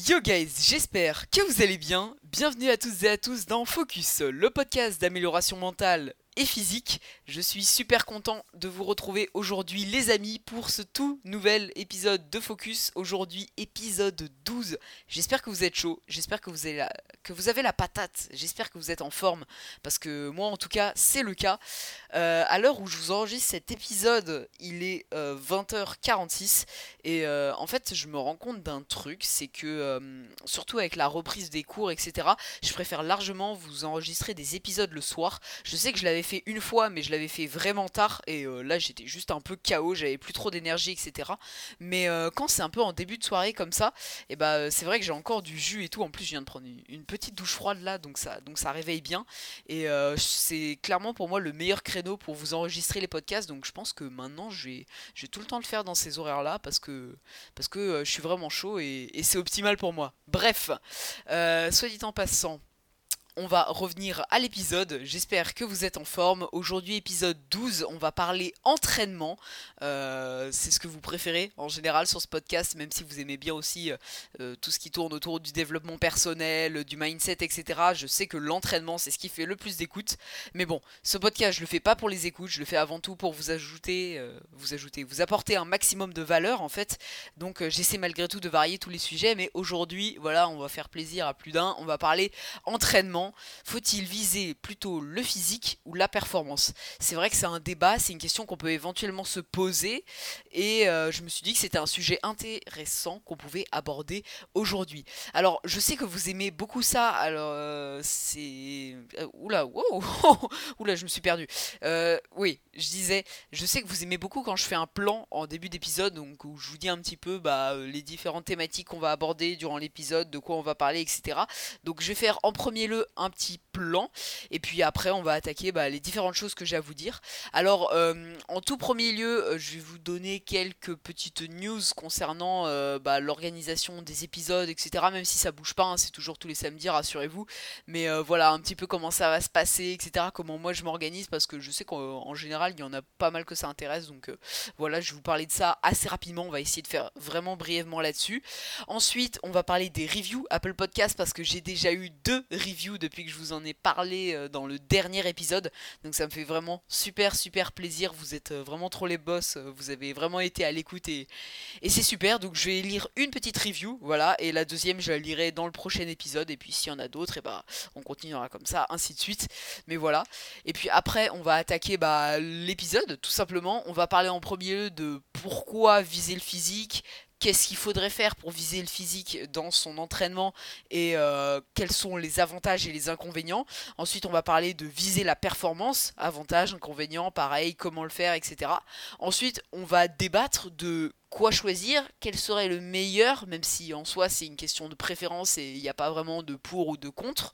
Yo guys, j'espère que vous allez bien. Bienvenue à toutes et à tous dans Focus, le podcast d'amélioration mentale et physique. Je suis super content de vous retrouver aujourd'hui les amis pour ce tout nouvel épisode de Focus. Aujourd'hui épisode 12. J'espère que vous êtes chaud, j'espère que vous avez la patate, j'espère que vous êtes en forme parce que moi en tout cas c'est le cas. À l'heure où je vous enregistre cet épisode, il est 20h46 et en fait je me rends compte d'un truc, c'est que surtout avec la reprise des cours etc, je préfère largement vous enregistrer des épisodes le soir. Je sais que je l'avais fait une fois mais je l'avais fait vraiment tard et là j'étais juste un peu KO, j'avais plus trop d'énergie etc. Mais quand c'est un peu en début de soirée comme ça, et bah c'est vrai que j'ai encore du jus et tout. En plus je viens de prendre une petite douche froide là, donc ça réveille bien. Et c'est clairement pour moi le meilleur créneau pour vous enregistrer les podcasts. Donc je pense que maintenant je vais tout le temps le faire dans ces horaires là parce que je suis vraiment chaud et c'est optimal pour moi. Bref, soit dit en passant, on va revenir à l'épisode, j'espère que vous êtes en forme. Aujourd'hui épisode 12, on va parler entraînement. C'est ce que vous préférez en général sur ce podcast, même si vous aimez bien aussi tout ce qui tourne autour du développement personnel, du mindset, etc. Je sais que l'entraînement c'est ce qui fait le plus d'écoute. Mais bon, ce podcast je le fais pas pour les écoutes, je le fais avant tout pour vous apporter un maximum de valeur en fait. Donc j'essaie malgré tout de varier tous les sujets, mais aujourd'hui voilà, on va faire plaisir à plus d'un, on va parler entraînement. Faut-il viser plutôt le physique ou la performance? C'est vrai que c'est un débat, c'est une question qu'on peut éventuellement se poser et je me suis dit que c'était un sujet intéressant qu'on pouvait aborder aujourd'hui. Alors je sais que vous aimez beaucoup ça, alors c'est... oula, wow, oula, je me suis perdu. Oui, je disais, je sais que vous aimez beaucoup quand je fais un plan en début d'épisode, donc où je vous dis un petit peu les différentes thématiques qu'on va aborder durant l'épisode, de quoi on va parler, etc. Donc je vais faire en premier lieu un petit plan et puis après on va attaquer les différentes choses que j'ai à vous dire. Alors en tout premier lieu je vais vous donner quelques petites news concernant l'organisation des épisodes etc, même si ça bouge pas hein, c'est toujours tous les samedis, rassurez-vous, mais voilà un petit peu comment ça va se passer etc, comment moi je m'organise parce que je sais qu'en général il y en a pas mal que ça intéresse, donc voilà, je vais vous parler de ça assez rapidement, on va essayer de faire vraiment brièvement là-dessus. Ensuite on va parler des reviews Apple Podcast parce que j'ai déjà eu 2 reviews depuis que je vous en ai parlé dans le dernier épisode, donc ça me fait vraiment super plaisir, vous êtes vraiment trop les boss, vous avez vraiment été à l'écoute et c'est super, donc je vais lire une petite review, voilà, et la deuxième je la lirai dans le prochain épisode, et puis s'il y en a d'autres, et on continuera comme ça, ainsi de suite, mais voilà. Et puis après on va attaquer l'épisode, tout simplement, on va parler en premier lieu de pourquoi viser le physique, qu'est-ce qu'il faudrait faire pour viser le physique dans son entraînement et quels sont les avantages et les inconvénients. Ensuite, on va parler de viser la performance, avantages, inconvénients, pareil, comment le faire, etc. Ensuite, on va débattre de quoi choisir, quel serait le meilleur, même si en soi c'est une question de préférence et il n'y a pas vraiment de pour ou de contre.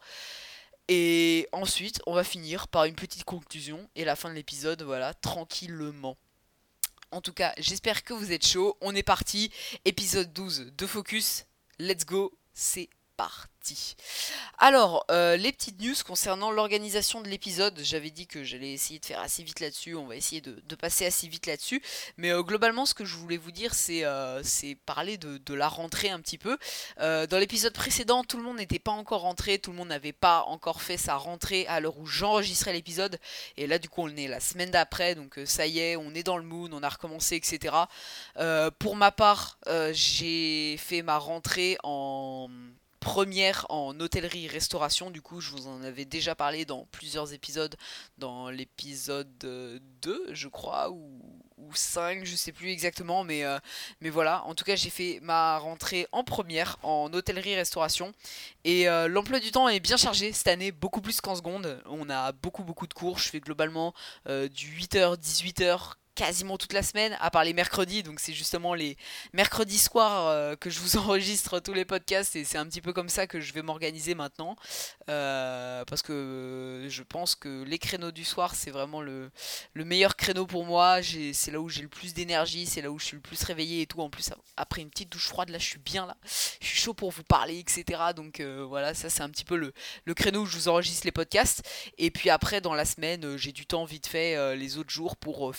Et ensuite, on va finir par une petite conclusion et la fin de l'épisode, voilà, tranquillement. En tout cas, j'espère que vous êtes chaud. On est parti. Épisode 12 de Focus. Let's go. C'est parti. Alors, les petites news concernant l'organisation de l'épisode. J'avais dit que j'allais essayer de faire assez vite là-dessus. On va essayer de passer assez vite là-dessus. Mais globalement, ce que je voulais vous dire, c'est parler de la rentrée un petit peu. Dans l'épisode précédent, tout le monde n'était pas encore rentré. Tout le monde n'avait pas encore fait sa rentrée à l'heure où j'enregistrais l'épisode. Et là, du coup, on est la semaine d'après. Donc, ça y est, on est dans le mood. On a recommencé, etc. Pour ma part, j'ai fait ma rentrée en première en hôtellerie-restauration. Du coup, je vous en avais déjà parlé dans plusieurs épisodes, dans l'épisode 2, je crois, ou 5, je sais plus exactement, mais voilà. En tout cas, j'ai fait ma rentrée en première en hôtellerie-restauration. Et l'emploi du temps est bien chargé cette année, beaucoup plus qu'en seconde. On a beaucoup de cours. Je fais globalement du 8h, 18h quasiment toute la semaine, à part les mercredis, donc c'est justement les mercredis soirs que je vous enregistre tous les podcasts, et c'est un petit peu comme ça que je vais m'organiser maintenant, parce que je pense que les créneaux du soir c'est vraiment le meilleur créneau pour moi, c'est là où j'ai le plus d'énergie, c'est là où je suis le plus réveillé et tout, en plus après une petite douche froide là je suis bien là, je suis chaud pour vous parler etc, donc voilà, ça c'est un petit peu le créneau où je vous enregistre les podcasts, et puis après dans la semaine j'ai du temps vite fait les autres jours pour faire la description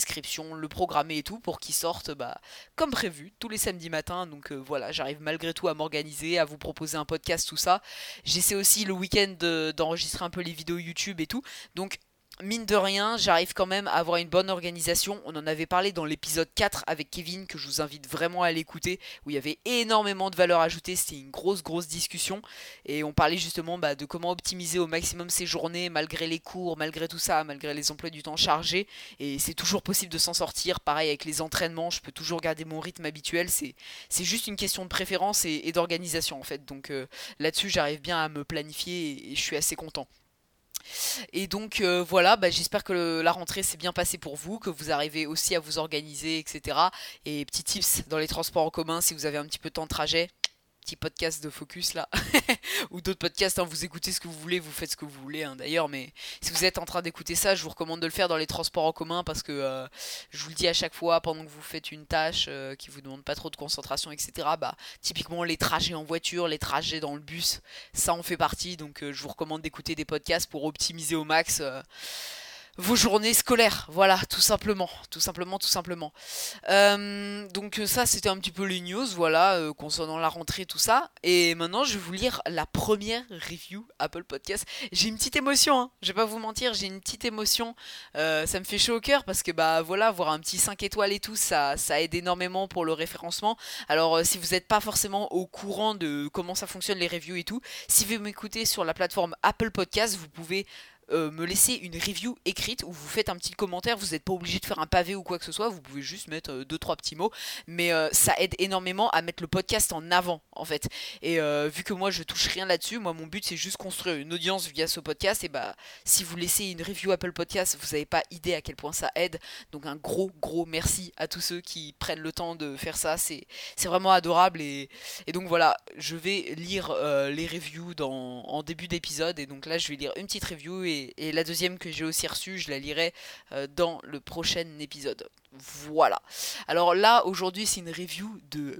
description, le programmer et tout pour qu'il sorte comme prévu tous les samedis matins. Donc voilà, j'arrive malgré tout à m'organiser, à vous proposer un podcast, tout ça. J'essaie aussi le week-end d'enregistrer un peu les vidéos YouTube et tout. Donc mine de rien, j'arrive quand même à avoir une bonne organisation. On en avait parlé dans l'épisode 4 avec Kevin, que je vous invite vraiment à l'écouter, où il y avait énormément de valeur ajoutée. C'était une grosse discussion. Et on parlait justement de comment optimiser au maximum ses journées, malgré les cours, malgré tout ça, malgré les emplois du temps chargés. Et c'est toujours possible de s'en sortir. Pareil avec les entraînements, je peux toujours garder mon rythme habituel. C'est juste une question de préférence et d'organisation en fait. Donc là-dessus, j'arrive bien à me planifier et je suis assez content. Et donc voilà, j'espère que la rentrée s'est bien passée pour vous, que vous arrivez aussi à vous organiser, etc. Et petits tips dans les transports en commun, si vous avez un petit peu de temps de trajet, petit podcast de focus là, ou d'autres podcasts, hein, vous écoutez ce que vous voulez, vous faites ce que vous voulez d'ailleurs, mais si vous êtes en train d'écouter ça, je vous recommande de le faire dans les transports en commun parce que je vous le dis à chaque fois, pendant que vous faites une tâche qui vous demande pas trop de concentration, etc. Typiquement les trajets en voiture, les trajets dans le bus, ça en fait partie, donc je vous recommande d'écouter des podcasts pour optimiser au max vos journées scolaires, voilà, tout simplement. Donc ça, c'était un petit peu les news, voilà, concernant la rentrée, tout ça. Et maintenant, je vais vous lire la première review Apple Podcast. J'ai une petite émotion, hein, je vais pas vous mentir, j'ai une petite émotion. Ça me fait chaud au cœur parce que, voilà, voir un petit 5 étoiles et tout, ça aide énormément pour le référencement. Alors, si vous n'êtes pas forcément au courant de comment ça fonctionne les reviews et tout, si vous m'écoutez sur la plateforme Apple Podcast, vous pouvez me laisser une review écrite où vous faites un petit commentaire. Vous n'êtes pas obligé de faire un pavé ou quoi que ce soit, vous pouvez juste mettre 2-3 petits mots, mais ça aide énormément à mettre le podcast en avant en fait. Et vu que moi je touche rien là-dessus, moi mon but c'est juste construire une audience via ce podcast. Et si vous laissez une review Apple Podcast, vous n'avez pas idée à quel point ça aide. Donc un gros merci à tous ceux qui prennent le temps de faire ça, c'est vraiment adorable. Et donc voilà, je vais lire les reviews en début d'épisode. Et donc là je vais lire une petite review et la deuxième que j'ai aussi reçue, je la lirai dans le prochain épisode. Voilà. Alors là, aujourd'hui, c'est une review de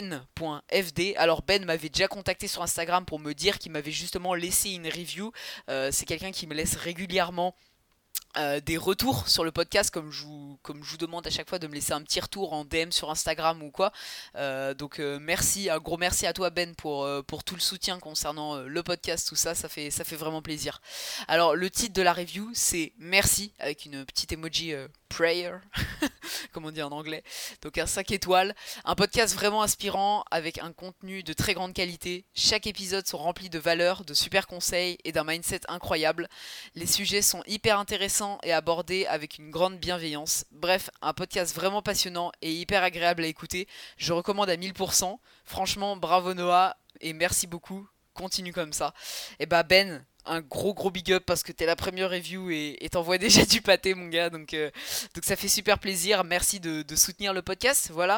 ben.fd. Alors Ben m'avait déjà contacté sur Instagram pour me dire qu'il m'avait justement laissé une review. C'est quelqu'un qui me laisse régulièrement des retours sur le podcast, comme je vous demande à chaque fois de me laisser un petit retour en DM sur Instagram ou quoi. Donc merci, un gros merci à toi Ben pour tout le soutien concernant le podcast, tout ça, ça fait vraiment plaisir. Alors le titre de la review c'est merci avec une petite emoji prayer, comme on dit en anglais, donc un 5 étoiles, un podcast vraiment inspirant avec un contenu de très grande qualité. Chaque épisode sont remplis de valeurs, de super conseils et d'un mindset incroyable. Les sujets sont hyper intéressants et abordés avec une grande bienveillance. Bref, un podcast vraiment passionnant et hyper agréable à écouter. Je recommande à 1000%. Franchement, bravo Noah et merci beaucoup. Continue comme ça. Et Ben, un gros big up parce que t'es la première review et t'envoies déjà du pâté mon gars, donc ça fait super plaisir. Merci de soutenir le podcast, voilà.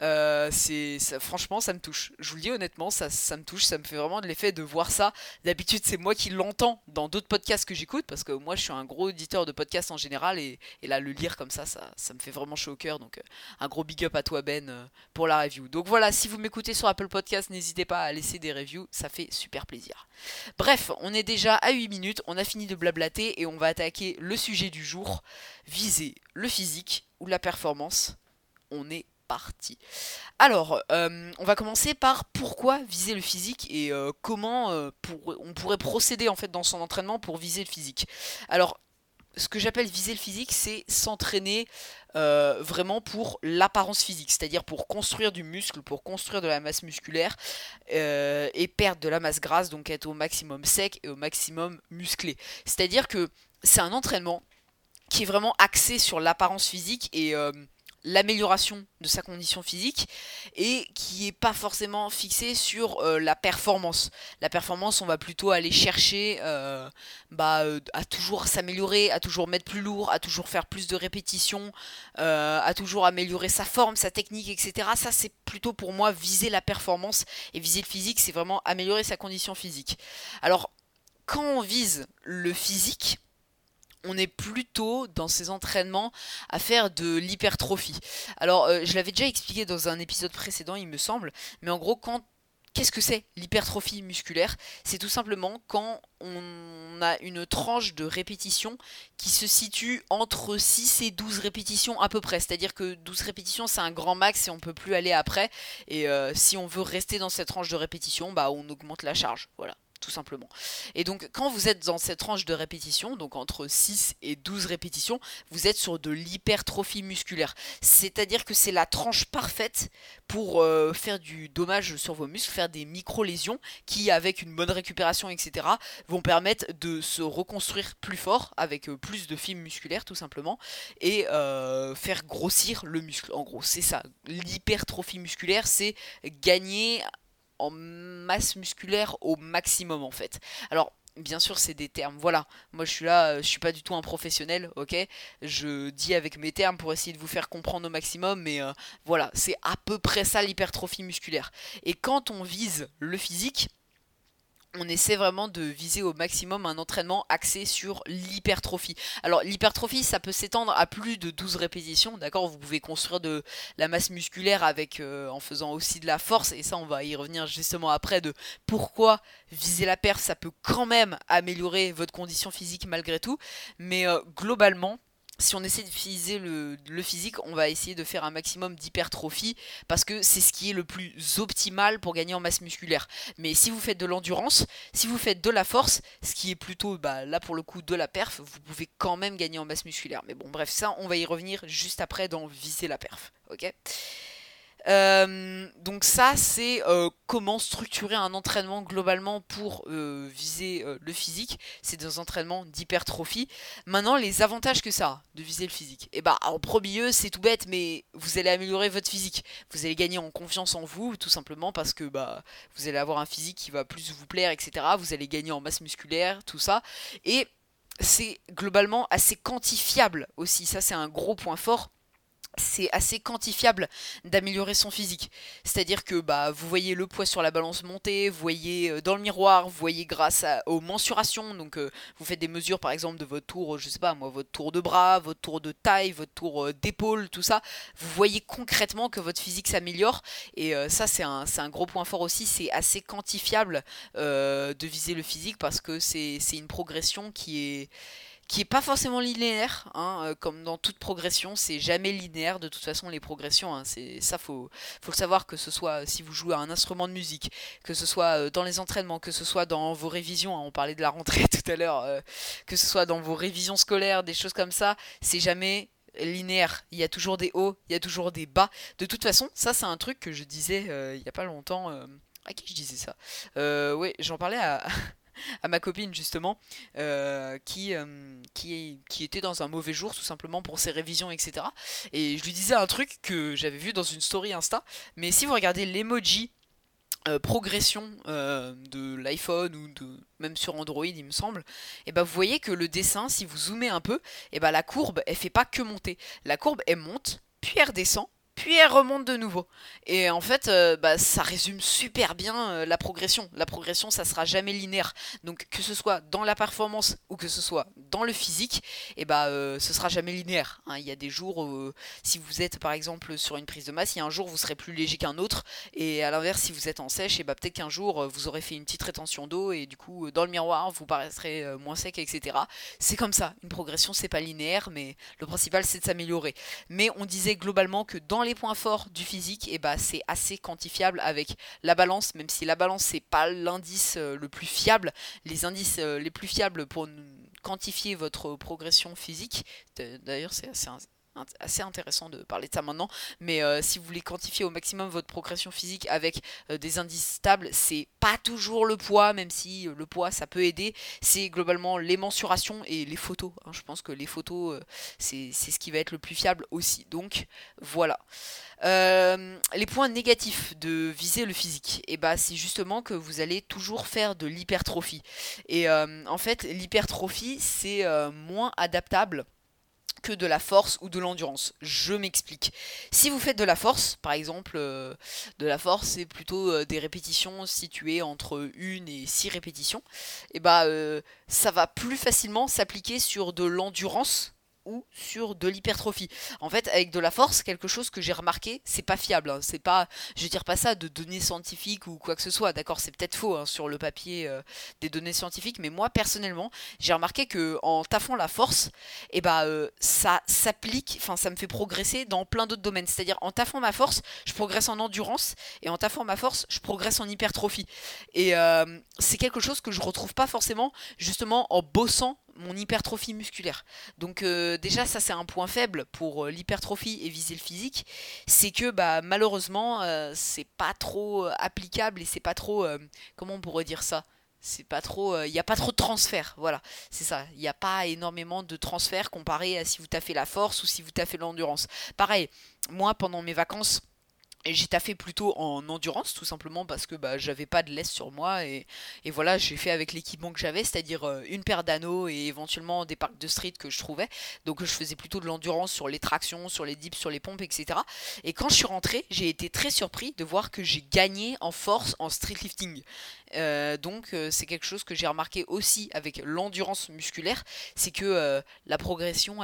Franchement ça me touche, je vous le dis honnêtement, ça me touche, ça me fait vraiment de l'effet de voir ça. D'habitude c'est moi qui l'entends dans d'autres podcasts que j'écoute parce que moi je suis un gros auditeur de podcasts en général et là le lire comme ça me fait vraiment chaud au cœur. Donc un gros big up à toi Ben pour la review. Donc voilà, si vous m'écoutez sur Apple Podcast, n'hésitez pas à laisser des reviews, ça fait super plaisir. Bref, on est déjà à 8 minutes, on a fini de blablater et on va attaquer le sujet du jour. Viser le physique ou la performance. On est parti. Alors, on va commencer par pourquoi viser le physique et comment on pourrait procéder en fait dans son entraînement pour viser le physique. Alors, ce que j'appelle viser le physique, c'est s'entraîner vraiment pour l'apparence physique, c'est-à-dire pour construire du muscle, pour construire de la masse musculaire et perdre de la masse grasse, donc être au maximum sec et au maximum musclé. C'est-à-dire que c'est un entraînement qui est vraiment axé sur l'apparence physique et l'amélioration de sa condition physique et qui est pas forcément fixé sur la performance. La performance, on va plutôt aller chercher à toujours s'améliorer, à toujours mettre plus lourd, à toujours faire plus de répétitions, à toujours améliorer sa forme, sa technique, etc. Ça, c'est plutôt pour moi viser la performance, et viser le physique, c'est vraiment améliorer sa condition physique. Alors, quand on vise le physique, on est plutôt dans ces entraînements à faire de l'hypertrophie. Alors, je l'avais déjà expliqué dans un épisode précédent, il me semble, mais en gros, quand Qu'est-ce que c'est l'hypertrophie musculaire? C'est tout simplement quand on a une tranche de répétition qui se situe entre 6 et 12 répétitions à peu près. C'est-à-dire que 12 répétitions c'est un grand max et on peut plus aller après. Et si on veut rester dans cette tranche de répétition, bah on augmente la charge. Voilà, tout simplement. Et donc quand vous êtes dans cette tranche de répétition, donc entre 6 et 12 répétitions, vous êtes sur de l'hypertrophie musculaire. C'est-à-dire que c'est la tranche parfaite pour faire du dommage sur vos muscles, faire des micro-lésions qui, avec une bonne récupération, etc., vont permettre de se reconstruire plus fort, avec plus de fibres musculaires tout simplement, et faire grossir le muscle. En gros, c'est ça. L'hypertrophie musculaire, c'est gagner en masse musculaire au maximum en fait. Alors bien sûr c'est des termes, voilà, moi je suis là, je suis pas du tout un professionnel, ok, je dis avec mes termes pour essayer de vous faire comprendre au maximum, mais voilà, c'est à peu près ça l'hypertrophie musculaire. Et quand on vise le physique, on essaie vraiment de viser au maximum un entraînement axé sur l'hypertrophie. Alors l'hypertrophie ça peut s'étendre à plus de 12 répétitions, d'accord. Vous pouvez construire de la masse musculaire avec en faisant aussi de la force, et ça on va y revenir justement après de pourquoi viser la perf ça peut quand même améliorer votre condition physique malgré tout. Mais globalement, si on essaie de viser le physique, on va essayer de faire un maximum d'hypertrophie parce que c'est ce qui est le plus optimal pour gagner en masse musculaire. Mais si vous faites de l'endurance, si vous faites de la force, ce qui est plutôt là pour le coup de la perf, vous pouvez quand même gagner en masse musculaire. Mais bon bref, ça on va y revenir juste après dans viser la perf, ok. Donc ça c'est comment structurer un entraînement globalement pour viser le physique. C'est des entraînements d'hypertrophie. Maintenant les avantages que ça a de viser le physique, et bah en premier lieu c'est tout bête, mais vous allez améliorer votre physique. Vous allez gagner en confiance en vous tout simplement parce que bah vous allez avoir un physique qui va plus vous plaire, etc. Vous allez gagner en masse musculaire, tout ça. Et c'est globalement assez quantifiable aussi, ça c'est un gros point fort. C'est assez quantifiable d'améliorer son physique. C'est-à-dire que bah, vous voyez le poids sur la balance monter, vous voyez dans le miroir, vous voyez grâce aux mensurations, donc vous faites des mesures par exemple de votre tour, je sais pas moi, votre tour de bras, votre tour de taille, votre tour d'épaule, tout ça, vous voyez concrètement que votre physique s'améliore, et ça c'est un gros point fort aussi, c'est assez quantifiable de viser le physique parce que c'est une progression qui est pas forcément linéaire, hein, comme dans toute progression, c'est jamais linéaire de toute façon les progressions, hein, c'est ça faut le savoir, que ce soit si vous jouez à un instrument de musique, que ce soit dans les entraînements, que ce soit dans vos révisions, hein, on parlait de la rentrée tout à l'heure, que ce soit dans vos révisions scolaires, des choses comme ça, c'est jamais linéaire, il y a toujours des hauts, il y a toujours des bas. De toute façon, ça c'est un truc que je disais il y a pas longtemps, à qui je disais ça, ouais, j'en parlais à ma copine justement, qui était dans un mauvais jour tout simplement pour ses révisions, etc. Et je lui disais un truc que j'avais vu dans une story Insta, mais si vous regardez l'emoji progression de l'iPhone ou même sur Android il me semble, et bah vous voyez que le dessin, si vous zoomez un peu, et bah la courbe elle fait pas que monter, la courbe elle monte, puis elle redescend, puis elle remonte de nouveau. Et en fait, bah, ça résume super bien la progression. La progression, ça sera jamais linéaire. Donc que ce soit dans la performance ou que ce soit dans le physique, et bah, ce sera jamais linéaire, hein. Il y a des jours, si vous êtes par exemple sur une prise de masse, il y a un jour vous serez plus léger qu'un autre. Et à l'inverse, si vous êtes en sèche, et bah, peut-être qu'un jour vous aurez fait une petite rétention d'eau et du coup dans le miroir vous paraîtrez moins sec, etc. C'est comme ça. Une progression, c'est pas linéaire, mais le principal c'est de s'améliorer. Mais on disait globalement que dans les points forts du physique, et bah c'est assez quantifiable avec la balance, même si la balance c'est pas l'indice le plus fiable. Les indices les plus fiables pour quantifier votre progression physique, d'ailleurs c'est assez intéressant de parler de ça maintenant, mais si vous voulez quantifier au maximum votre progression physique avec des indices stables, c'est pas toujours le poids, même si le poids ça peut aider, c'est globalement les mensurations et les photos, hein. Je pense que les photos c'est ce qui va être le plus fiable aussi, donc voilà. Les points négatifs de viser le physique, et bah c'est justement que vous allez toujours faire de l'hypertrophie, et en fait l'hypertrophie c'est moins adaptable que de la force ou de l'endurance. Je m'explique. Si vous faites de la force, par exemple, de la force, c'est plutôt des répétitions situées entre 1 et 6 répétitions, et bah ça va plus facilement s'appliquer sur de l'endurance ou sur de l'hypertrophie. En fait, avec de la force, quelque chose que j'ai remarqué, c'est pas fiable, hein. C'est pas, je tire pas ça de données scientifiques ou quoi que ce soit. D'accord, c'est peut-être faux, hein, sur le papier, des données scientifiques, mais moi personnellement, j'ai remarqué que en taffant la force, ça s'applique, enfin ça me fait progresser dans plein d'autres domaines. C'est-à-dire en taffant ma force, je progresse en endurance, et en taffant ma force, je progresse en hypertrophie. Et c'est quelque chose que je retrouve pas forcément justement en bossant mon hypertrophie musculaire. Donc déjà ça c'est un point faible pour l'hypertrophie et viser le physique, c'est que malheureusement c'est pas trop applicable et c'est pas trop comment on pourrait dire ça, c'est pas trop il n'y a pas trop de transfert, voilà, c'est ça, il n'y a pas énormément de transfert comparé à si vous taffez la force ou si vous taffez l'endurance. Pareil, moi pendant mes vacances, et j'ai taffé plutôt en endurance, tout simplement parce que j'avais pas de laisse sur moi, et voilà, j'ai fait avec l'équipement que j'avais, c'est-à-dire une paire d'anneaux et éventuellement des parcs de street que je trouvais. Donc je faisais plutôt de l'endurance sur les tractions, sur les dips, sur les pompes, etc. Et quand je suis rentré, j'ai été très surpris de voir que j'ai gagné en force en street lifting. C'est quelque chose que j'ai remarqué aussi avec l'endurance musculaire, c'est que la progression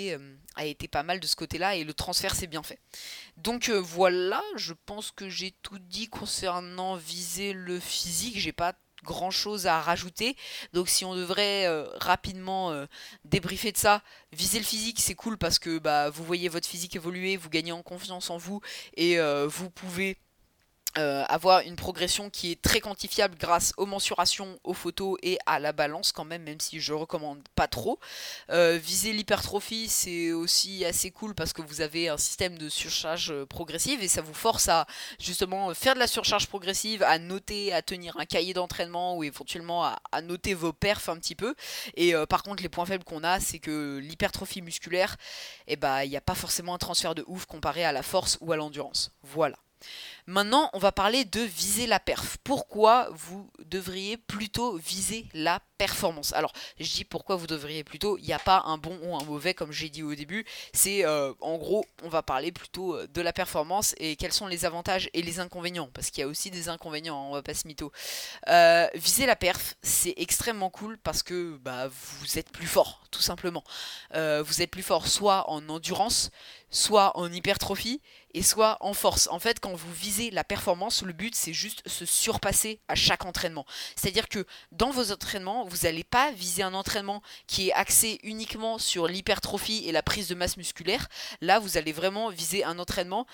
a été pas mal de ce côté-là et le transfert s'est bien fait. Donc voilà, je pense que j'ai tout dit concernant viser le physique, j'ai pas grand chose à rajouter. Donc si on devrait rapidement débriefer de ça, viser le physique c'est cool parce que vous voyez votre physique évoluer, vous gagnez en confiance en vous et vous pouvez avoir une progression qui est très quantifiable grâce aux mensurations, aux photos et à la balance quand même si je recommande pas trop. Viser l'hypertrophie c'est aussi assez cool parce que vous avez un système de surcharge progressive et ça vous force à justement faire de la surcharge progressive, à noter, à tenir un cahier d'entraînement ou éventuellement à noter vos perfs un petit peu. Et par contre les points faibles qu'on a c'est que l'hypertrophie musculaire, il n'y a pas forcément un transfert de ouf comparé à la force ou à l'endurance. Voilà. Maintenant, on va parler de viser la perf. Pourquoi vous devriez plutôt viser la performance? Alors, je dis pourquoi vous devriez plutôt, il n'y a pas un bon ou un mauvais comme j'ai dit au début. C'est en gros, on va parler plutôt de la performance et quels sont les avantages et les inconvénients. Parce qu'il y a aussi des inconvénients, hein, on va pas se mytho. Viser la perf, c'est extrêmement cool parce que vous êtes plus fort, tout simplement. Vous êtes plus fort soit en endurance, soit en hypertrophie et soit en force. En fait, quand vous visez la performance, le but c'est juste se surpasser à chaque entraînement. C'est-à-dire que dans vos entraînements, vous n'allez pas viser un entraînement qui est axé uniquement sur l'hypertrophie et la prise de masse musculaire. Là, vous allez vraiment viser un entraînement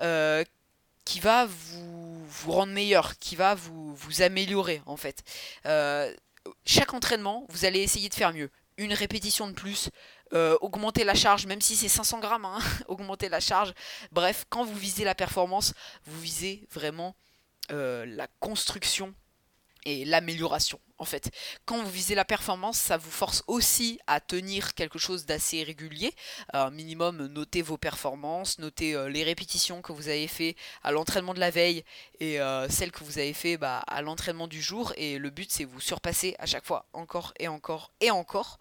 qui va vous rendre meilleur, qui va vous améliorer en fait. Chaque entraînement, vous allez essayer de faire mieux. Une répétition de plus, augmenter la charge, même si c'est 500 grammes, hein, augmenter la charge. Bref, quand vous visez la performance, vous visez vraiment la construction et l'amélioration. En fait, quand vous visez la performance, ça vous force aussi à tenir quelque chose d'assez régulier. Minimum, notez vos performances, notez les répétitions que vous avez fait à l'entraînement de la veille et celles que vous avez fait à l'entraînement du jour. Et le but, c'est vous surpasser à chaque fois, encore et encore et encore.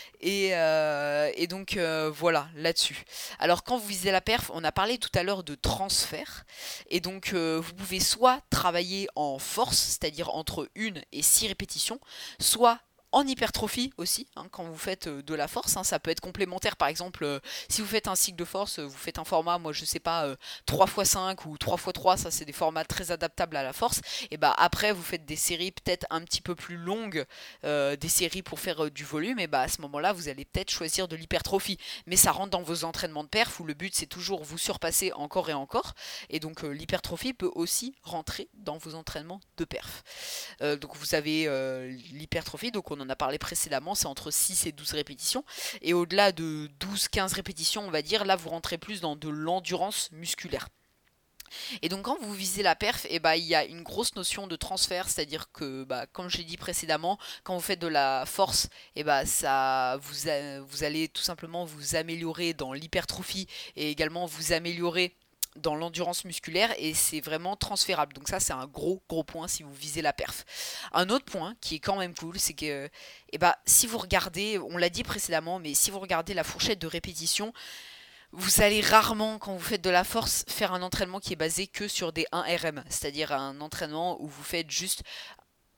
Et donc voilà, là-dessus. Alors quand vous visez la perf, on a parlé tout à l'heure de transfert. Et donc vous pouvez soit travailler en force, c'est-à-dire entre 1 et 6 répétitions, soit en hypertrophie aussi, hein, quand vous faites de la force, hein, ça peut être complémentaire. Par exemple, si vous faites un cycle de force, vous faites un format, moi je sais pas, 3x5 ou 3x3, ça c'est des formats très adaptables à la force. Et après vous faites des séries peut-être un petit peu plus longues, des séries pour faire du volume, et à ce moment-là vous allez peut-être choisir de l'hypertrophie. Mais ça rentre dans vos entraînements de perf où le but c'est toujours vous surpasser encore et encore. Et donc l'hypertrophie peut aussi rentrer dans vos entraînements de perf. Donc vous avez l'hypertrophie, donc on en a parlé précédemment, c'est entre 6 et 12 répétitions. Et au-delà de 12-15 répétitions, on va dire, là vous rentrez plus dans de l'endurance musculaire. Et donc quand vous visez la perf, il y a une grosse notion de transfert, c'est-à-dire que comme j'ai dit précédemment, quand vous faites de la force, ça vous allez tout simplement vous améliorer dans l'hypertrophie et également vous améliorer dans l'endurance musculaire et c'est vraiment transférable. Donc ça c'est un gros point si vous visez la perf. Un autre point qui est quand même cool, c'est que si vous regardez, on l'a dit précédemment, mais si vous regardez la fourchette de répétition, vous allez rarement, quand vous faites de la force, faire un entraînement qui est basé que sur des 1 RM, c'est-à-dire un entraînement où vous faites juste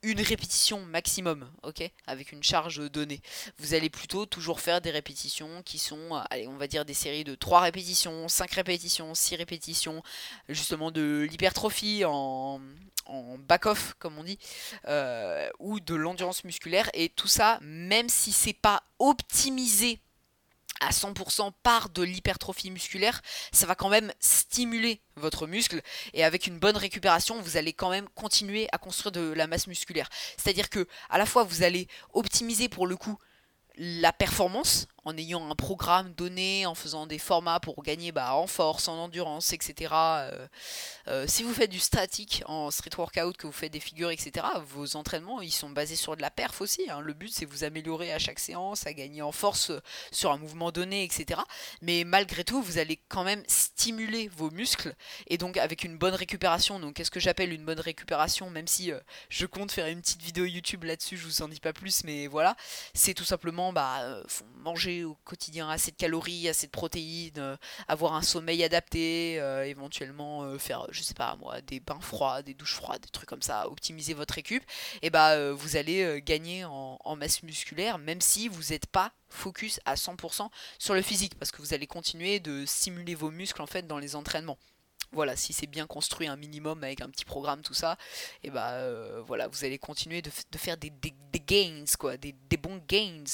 une répétition maximum, ok, avec une charge donnée. Vous allez plutôt toujours faire des répétitions qui sont, allez, on va dire des séries de 3 répétitions, 5 répétitions, 6 répétitions, justement de l'hypertrophie en back-off, comme on dit, ou de l'endurance musculaire, et tout ça, même si c'est pas optimisé à 100% par de l'hypertrophie musculaire, ça va quand même stimuler votre muscle, et avec une bonne récupération, vous allez quand même continuer à construire de la masse musculaire. C'est-à-dire que à la fois vous allez optimiser pour le coup la performance en ayant un programme donné, en faisant des formats pour gagner en force, en endurance, etc. Si vous faites du statique en street workout, que vous faites des figures, etc., vos entraînements, ils sont basés sur de la perf aussi, hein. Le but, c'est vous améliorer à chaque séance, à gagner en force sur un mouvement donné, etc. Mais malgré tout, vous allez quand même stimuler vos muscles, et donc avec une bonne récupération. Donc qu'est-ce que j'appelle une bonne récupération, même si je compte faire une petite vidéo YouTube là-dessus, je vous en dis pas plus, mais voilà, c'est tout simplement faut manger au quotidien assez de calories, assez de protéines, avoir un sommeil adapté, éventuellement faire, je sais pas moi, des bains froids, des douches froides, des trucs comme ça, optimiser votre récup, et vous allez gagner en masse musculaire, même si vous n'êtes pas focus à 100% sur le physique, parce que vous allez continuer de stimuler vos muscles en fait dans les entraînements. Voilà, si c'est bien construit un minimum avec un petit programme, tout ça, et voilà, vous allez continuer de faire des gains, quoi, des bons gains.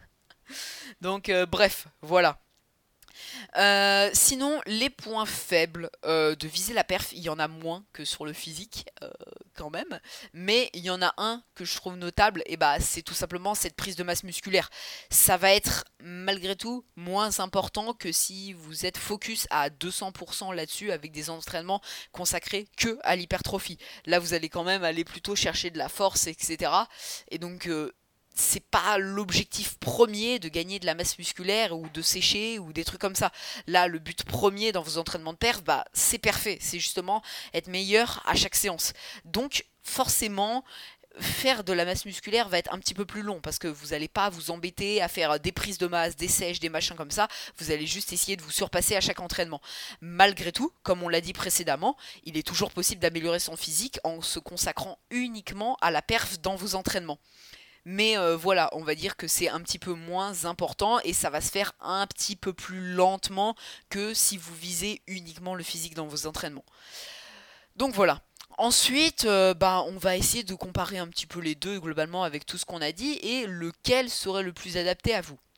Donc bref, voilà. Sinon, les points faibles de viser la perf, il y en a moins que sur le physique, quand même. Mais il y en a un que je trouve notable, et c'est tout simplement cette prise de masse musculaire. Ça va être, malgré tout, moins important que si vous êtes focus à 200% là-dessus, avec des entraînements consacrés que à l'hypertrophie. Là, vous allez quand même aller plutôt chercher de la force, etc. Et donc c'est pas l'objectif premier de gagner de la masse musculaire ou de sécher ou des trucs comme ça. Là, le but premier dans vos entraînements de perf, c'est parfait. C'est justement être meilleur à chaque séance. Donc, forcément, faire de la masse musculaire va être un petit peu plus long, parce que vous n'allez pas vous embêter à faire des prises de masse, des sèches, des machins comme ça. Vous allez juste essayer de vous surpasser à chaque entraînement. Malgré tout, comme on l'a dit précédemment, il est toujours possible d'améliorer son physique en se consacrant uniquement à la perf dans vos entraînements. Mais voilà, on va dire que c'est un petit peu moins important, et ça va se faire un petit peu plus lentement que si vous visez uniquement le physique dans vos entraînements. Donc voilà. Ensuite, on va essayer de comparer un petit peu les deux globalement avec tout ce qu'on a dit, et lequel serait le plus adapté à vous.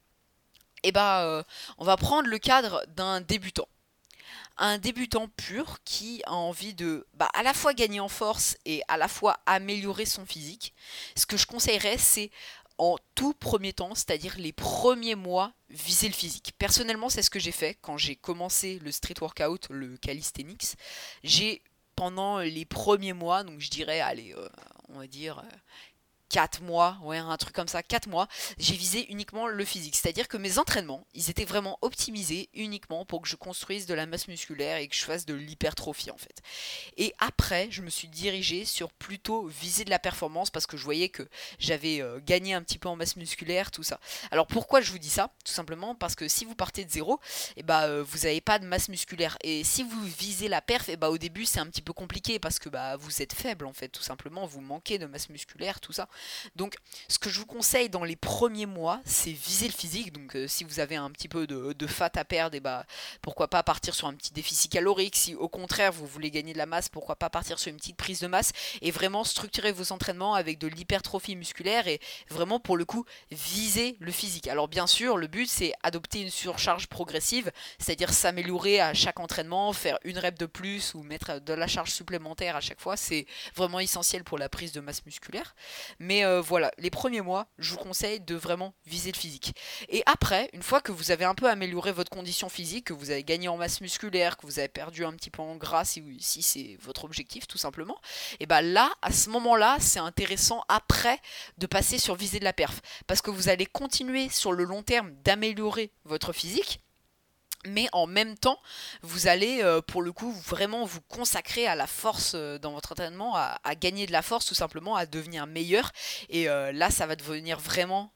On va prendre le cadre d'un débutant. Un débutant pur qui a envie de à la fois gagner en force et à la fois améliorer son physique. Ce que je conseillerais, c'est en tout premier temps, c'est-à-dire les premiers mois, viser le physique. Personnellement, c'est ce que j'ai fait quand j'ai commencé le street workout, le calisthenics. J'ai, pendant les premiers mois, donc je dirais, allez, on va dire 4 mois, ouais, un truc comme ça, 4 mois, j'ai visé uniquement le physique. C'est-à-dire que mes entraînements, ils étaient vraiment optimisés uniquement pour que je construise de la masse musculaire et que je fasse de l'hypertrophie en fait. Et après, je me suis dirigé sur plutôt viser de la performance, parce que je voyais que j'avais gagné un petit peu en masse musculaire, tout ça. Alors pourquoi je vous dis ça? Tout simplement parce que si vous partez de zéro, vous n'avez pas de masse musculaire. Et si vous visez la perf, au début c'est un petit peu compliqué, parce que vous êtes faible en fait, tout simplement, vous manquez de masse musculaire, tout ça. Donc ce que je vous conseille dans les premiers mois, c'est viser le physique. Donc si vous avez un petit peu de fat à perdre, pourquoi pas partir sur un petit déficit calorique. Si au contraire vous voulez gagner de la masse, pourquoi pas partir sur une petite prise de masse, et vraiment structurer vos entraînements avec de l'hypertrophie musculaire, et vraiment pour le coup viser le physique. Alors bien sûr, le but c'est adopter une surcharge progressive, c'est-à-dire s'améliorer à chaque entraînement, faire une rep de plus ou mettre de la charge supplémentaire à chaque fois. C'est vraiment essentiel pour la prise de masse musculaire. Mais voilà, les premiers mois, je vous conseille de vraiment viser le physique. Et après, une fois que vous avez un peu amélioré votre condition physique, que vous avez gagné en masse musculaire, que vous avez perdu un petit peu en gras, si c'est votre objectif tout simplement, et là, à ce moment-là, c'est intéressant après de passer sur viser de la perf. Parce que vous allez continuer sur le long terme d'améliorer votre physique, mais en même temps, vous allez pour le coup vraiment vous consacrer à la force dans votre entraînement, à gagner de la force, tout simplement, à devenir meilleur. Et là, ça va devenir vraiment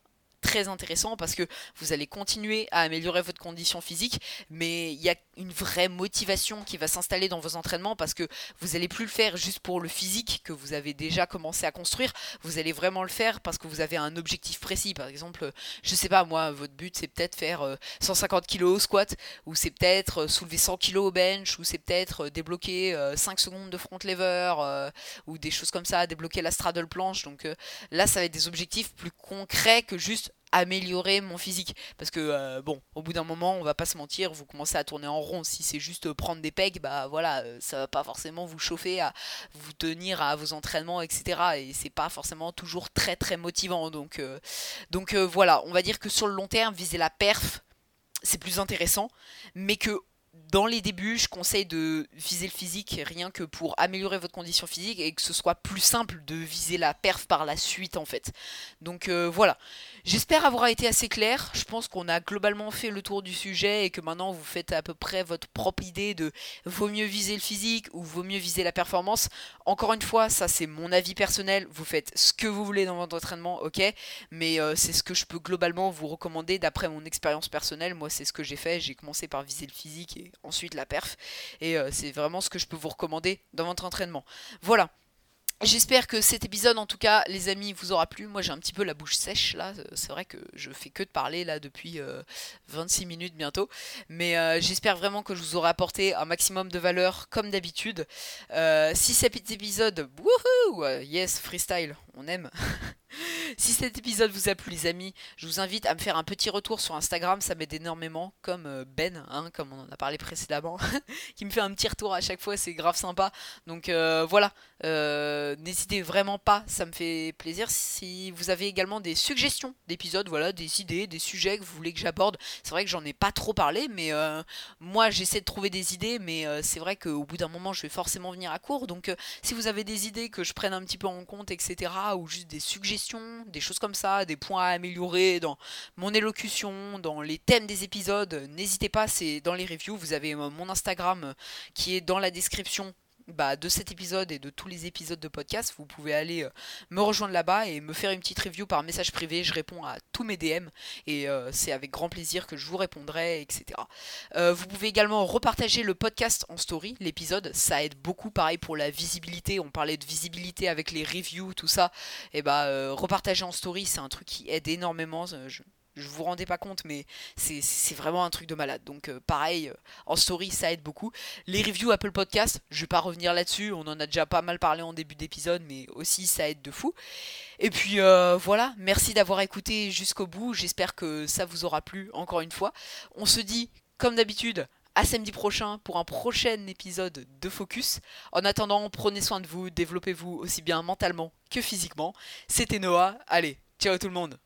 très intéressant parce que vous allez continuer à améliorer votre condition physique, mais il y a une vraie motivation qui va s'installer dans vos entraînements parce que vous allez plus le faire juste pour le physique que vous avez déjà commencé à construire, vous allez vraiment le faire parce que vous avez un objectif précis. Par exemple, je sais pas moi, votre but c'est peut-être faire 150 kg au squat, ou c'est peut-être soulever 100 kg au bench, ou c'est peut-être débloquer 5 secondes de front lever, ou des choses comme ça, débloquer la straddle planche. Donc là, ça va être des objectifs plus concrets que juste améliorer mon physique, parce que bon, au bout d'un moment, on va pas se mentir, vous commencez à tourner en rond. Si c'est juste prendre des pegs, bah voilà, ça va pas forcément vous chauffer à vous tenir à vos entraînements, etc. Et c'est pas forcément toujours très très motivant. Donc voilà, on va dire que sur le long terme, viser la perf, c'est plus intéressant, mais que dans les débuts, je conseille de viser le physique rien que pour améliorer votre condition physique et que ce soit plus simple de viser la perf par la suite en fait. Donc voilà, j'espère avoir été assez clair. Je pense qu'on a globalement fait le tour du sujet et que maintenant vous faites à peu près votre propre idée de vaut mieux viser le physique ou vaut mieux viser la performance. Encore une fois, ça c'est mon avis personnel, vous faites ce que vous voulez dans votre entraînement, ok, mais c'est ce que je peux globalement vous recommander d'après mon expérience personnelle. Moi c'est ce que j'ai fait, j'ai commencé par viser le physique et ensuite la perf, et c'est vraiment ce que je peux vous recommander dans votre entraînement. Voilà. J'espère que cet épisode, en tout cas, les amis, vous aura plu. Moi, j'ai un petit peu la bouche sèche, là. C'est vrai que je fais que de parler, là, depuis 26 minutes bientôt. Mais j'espère vraiment que je vous aurai apporté un maximum de valeur, comme d'habitude. Si cet épisode... Wouhou, yes, freestyle, on aime. Si cet épisode vous a plu, les amis, je vous invite à me faire un petit retour sur Instagram, ça m'aide énormément, comme Ben, hein, comme on en a parlé précédemment, qui me fait un petit retour à chaque fois, c'est grave sympa. Donc voilà, n'hésitez vraiment pas, ça me fait plaisir. Si vous avez également des suggestions d'épisodes, voilà, des idées, des sujets que vous voulez que j'aborde, c'est vrai que j'en ai pas trop parlé, mais moi j'essaie de trouver des idées, mais c'est vrai qu'au bout d'un moment je vais forcément venir à court. Donc si vous avez des idées que je prenne un petit peu en compte, etc., ou juste des suggestions, des choses comme ça, des points à améliorer dans mon élocution, dans les thèmes des épisodes, n'hésitez pas, c'est dans les reviews, vous avez mon Instagram qui est dans la description de cet épisode et de tous les épisodes de podcast. Vous pouvez aller me rejoindre là-bas et me faire une petite review par message privé. Je réponds à tous mes DM et c'est avec grand plaisir que je vous répondrai, etc. Vous pouvez également repartager le podcast en story, l'épisode, ça aide beaucoup. Pareil pour la visibilité, on parlait de visibilité avec les reviews, tout ça, et repartager en story, c'est un truc qui aide énormément. Je vous rendez pas compte, mais c'est vraiment un truc de malade. Donc pareil, en story, ça aide beaucoup. Les reviews Apple Podcast, je vais pas revenir là-dessus, on en a déjà pas mal parlé en début d'épisode, mais aussi ça aide de fou. Et puis voilà, merci d'avoir écouté jusqu'au bout, j'espère que ça vous aura plu encore une fois. On se dit, comme d'habitude, à samedi prochain pour un prochain épisode de Focus. En attendant, prenez soin de vous, développez-vous aussi bien mentalement que physiquement. C'était Noah, allez, ciao tout le monde.